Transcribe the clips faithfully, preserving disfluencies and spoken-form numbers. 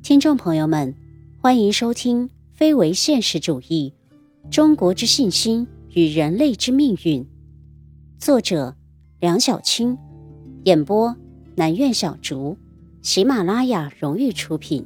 听众朋友们，欢迎收听非唯现实主义：中国之信心与人类之命运。作者梁晓清，演播南苑小竹，喜马拉雅荣誉出品。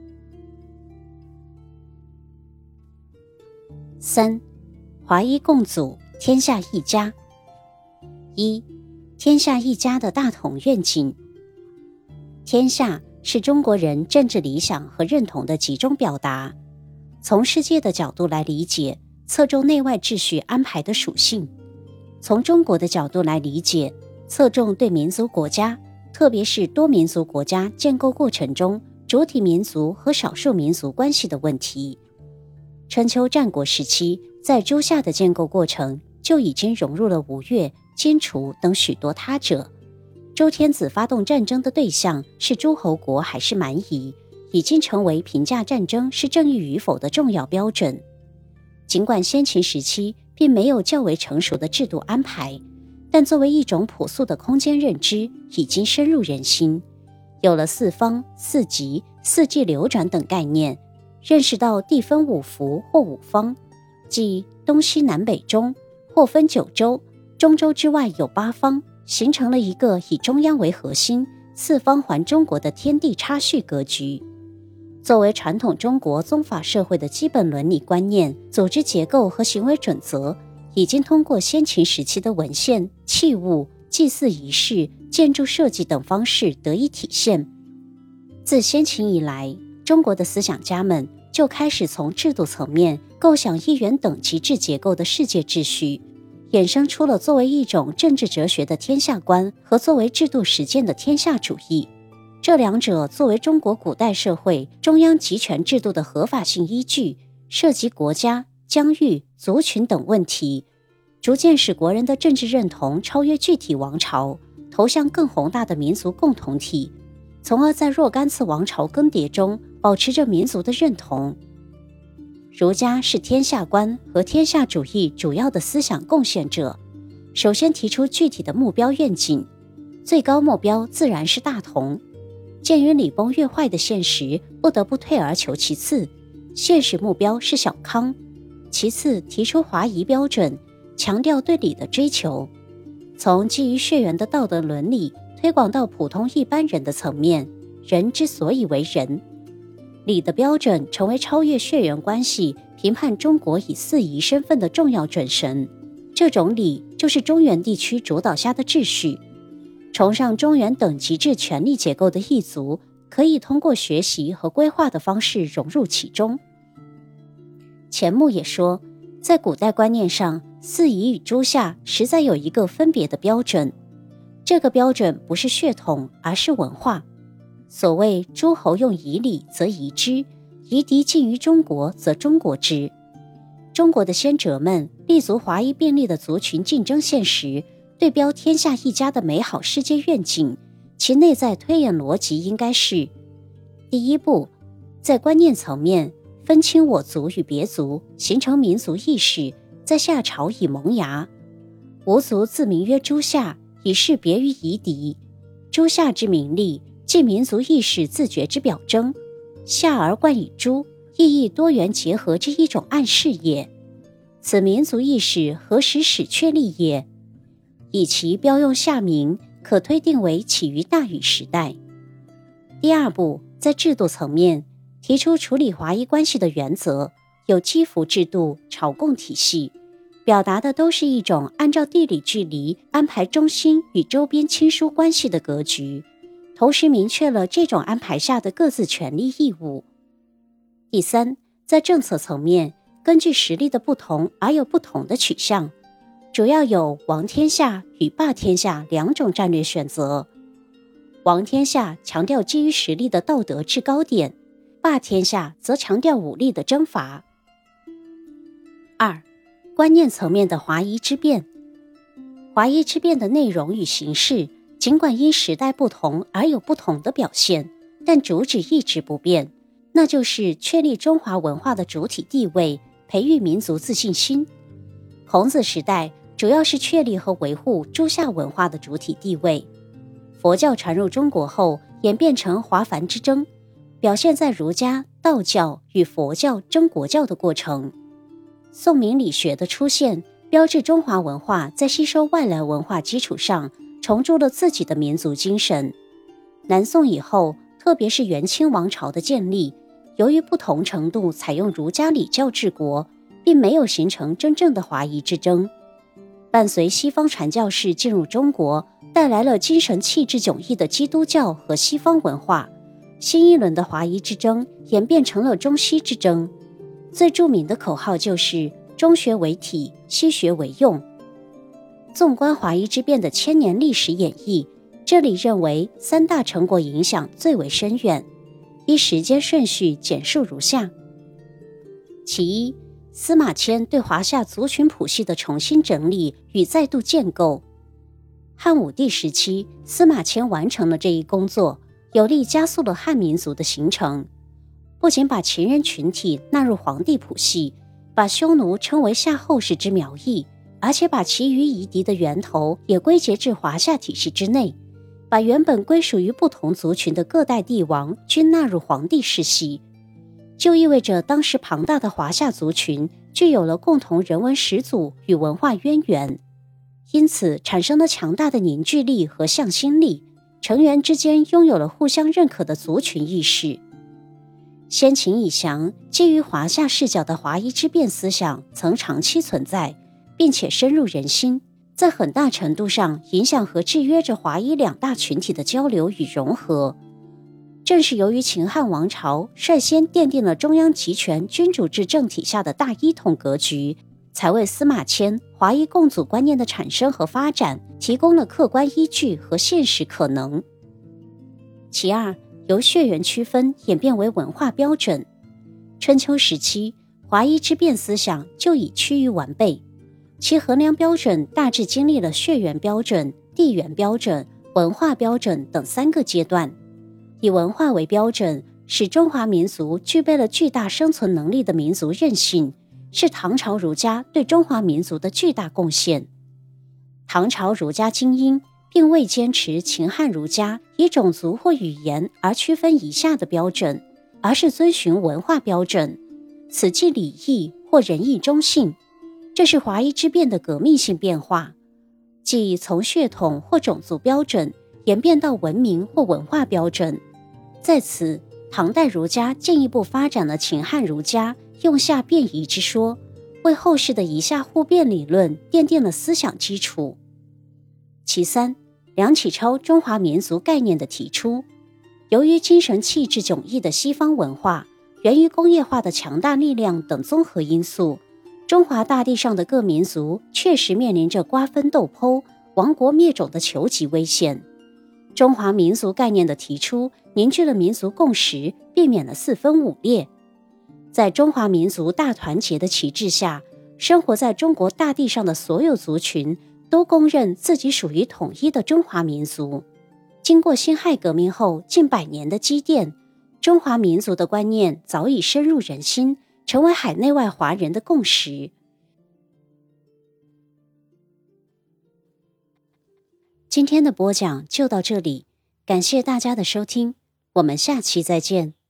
三、华夷共祖，天下一家。一、天下一家的大同愿景。天下是中国人政治理想和认同的集中表达，从世界的角度来理解，侧重内外秩序安排的属性；从中国的角度来理解，侧重对民族国家，特别是多民族国家建构过程中主体民族和少数民族关系的问题。春秋战国时期，在诸夏的建构过程就已经融入了吴越、荆楚等许多他者。周天子发动战争的对象是诸侯国还是蛮夷，已经成为评价战争是正义与否的重要标准。尽管先秦时期并没有较为成熟的制度安排，但作为一种朴素的空间认知已经深入人心。有了四方、四极、四季流转等概念，认识到地分五服或五方，即东西南北中，或分九州，中州之外有八方，形成了一个以中央为核心，四方环中国的天地差序格局。作为传统中国宗法社会的基本伦理观念、组织结构和行为准则，已经通过先秦时期的文献、器物、祭祀仪式、建筑设计等方式得以体现。自先秦以来，中国的思想家们就开始从制度层面构想一元等级制结构的世界秩序，衍生出了作为一种政治哲学的天下观和作为制度实践的天下主义。这两者作为中国古代社会中央集权制度的合法性依据，涉及国家、疆域、族群等问题，逐渐使国人的政治认同超越具体王朝，投向更宏大的民族共同体，从而在若干次王朝更迭中保持着民族的认同。儒家是天下观和天下主义主要的思想贡献者，首先提出具体的目标愿景，最高目标自然是大同。鉴于礼崩乐坏的现实，不得不退而求其次，现实目标是小康。其次提出华夷标准，强调对礼的追求，从基于血缘的道德伦理推广到普通一般人的层面，人之所以为人。礼的标准成为超越血缘关系评判中国以四夷身份的重要准绳。这种礼就是中原地区主导下的秩序。崇尚中原等级制权力结构的异族，可以通过学习和规划的方式融入其中。钱穆也说，在古代观念上，四夷与诸夏实在有一个分别的标准，这个标准不是血统，而是文化。所谓诸侯用夷礼，则夷之；夷狄近于中国，则中国之。中国的先哲们立足华夷并立的族群竞争现实，对标天下一家的美好世界愿景，其内在推演逻辑应该是：第一步，在观念层面分清我族与别族，形成民族意识，在夏朝以萌芽。吴族自名曰诸夏，以示别于夷狄。诸夏之名利，即民族意识自觉之表征，夏而冠以诸，意义多元结合之一种暗示也。此民族意识何时始确立也？以其标用夏名，可推定为起于大禹时代。第二步，在制度层面提出处理华夷关系的原则，有积福制度、朝贡体系，表达的都是一种按照地理距离安排中心与周边亲疏关系的格局，同时明确了这种安排下的各自权利义务。第三，在政策层面，根据实力的不同而有不同的取向，主要有王天下与霸天下两种战略选择。王天下强调基于实力的道德制高点，霸天下则强调武力的征伐。二、观念层面的华夷之变。华夷之变的内容与形式，尽管因时代不同而有不同的表现，但主旨一直不变，那就是确立中华文化的主体地位，培育民族自信心。孔子时代主要是确立和维护诸夏文化的主体地位。佛教传入中国后，演变成华梵之争， 表现在儒家、道教与佛教争国教的过程。宋明理学的出现，标志中华文化在吸收外来文化基础上，重铸了自己的民族精神。南宋以后，特别是元清王朝的建立，由于不同程度采用儒家礼教治国，并没有形成真正的华夷之争。伴随西方传教士进入中国，带来了精神气质迥异的基督教和西方文化，新一轮的华夷之争演变成了中西之争。最著名的口号就是中学为体，西学为用。纵观华夷之变的千年历史演绎，这里认为三大成果影响最为深远，依时间顺序简述如下。其一，司马迁对华夏族群谱系的重新整理与再度建构。汉武帝时期，司马迁完成了这一工作，有力加速了汉民族的形成。不仅把秦人群体纳入黄帝谱系，把匈奴称为夏后氏之苗裔，而且把其余夷狄的源头也归结至华夏体系之内，把原本归属于不同族群的各代帝王均纳入黄帝世系，就意味着当时庞大的华夏族群具有了共同人文始祖与文化渊源，因此产生了强大的凝聚力和向心力，成员之间拥有了互相认可的族群意识。先秦以降，基于华夏视角的华夷之变思想曾长期存在，并且深入人心，在很大程度上影响和制约着华夷两大群体的交流与融合。正是由于秦汉王朝率先奠定了中央集权君主制政体下的大一统格局，才为司马迁华夷共祖观念的产生和发展提供了客观依据和现实可能。其二，由血缘区分演变为文化标准。春秋时期，华夷之变思想就已趋于完备，其衡量标准大致经历了血缘标准、地缘标准、文化标准等三个阶段。以文化为标准，使中华民族具备了巨大生存能力的民族韧性，是唐朝儒家对中华民族的巨大贡献。唐朝儒家精英并未坚持秦汉儒家以种族或语言而区分以下的标准，而是遵循文化标准，此即礼义或仁义忠信。这是华夷之变的革命性变化，即从血统或种族标准演变到文明或文化标准。在此，唐代儒家进一步发展了秦汉儒家用夏变夷之说，为后世的以夏互变理论奠定了思想基础。其三，梁启超中华民族概念的提出。由于精神气质迥异的西方文化、源于工业化的强大力量等综合因素，中华大地上的各民族确实面临着瓜分斗剖、亡国灭种的求急危险。中华民族概念的提出，凝聚了民族共识，避免了四分五裂。在中华民族大团结的旗帜下，生活在中国大地上的所有族群都公认自己属于统一的中华民族。经过辛亥革命后近百年的积淀，中华民族的观念早已深入人心，成为海内外华人的共识。今天的播讲就到这里，感谢大家的收听，我们下期再见。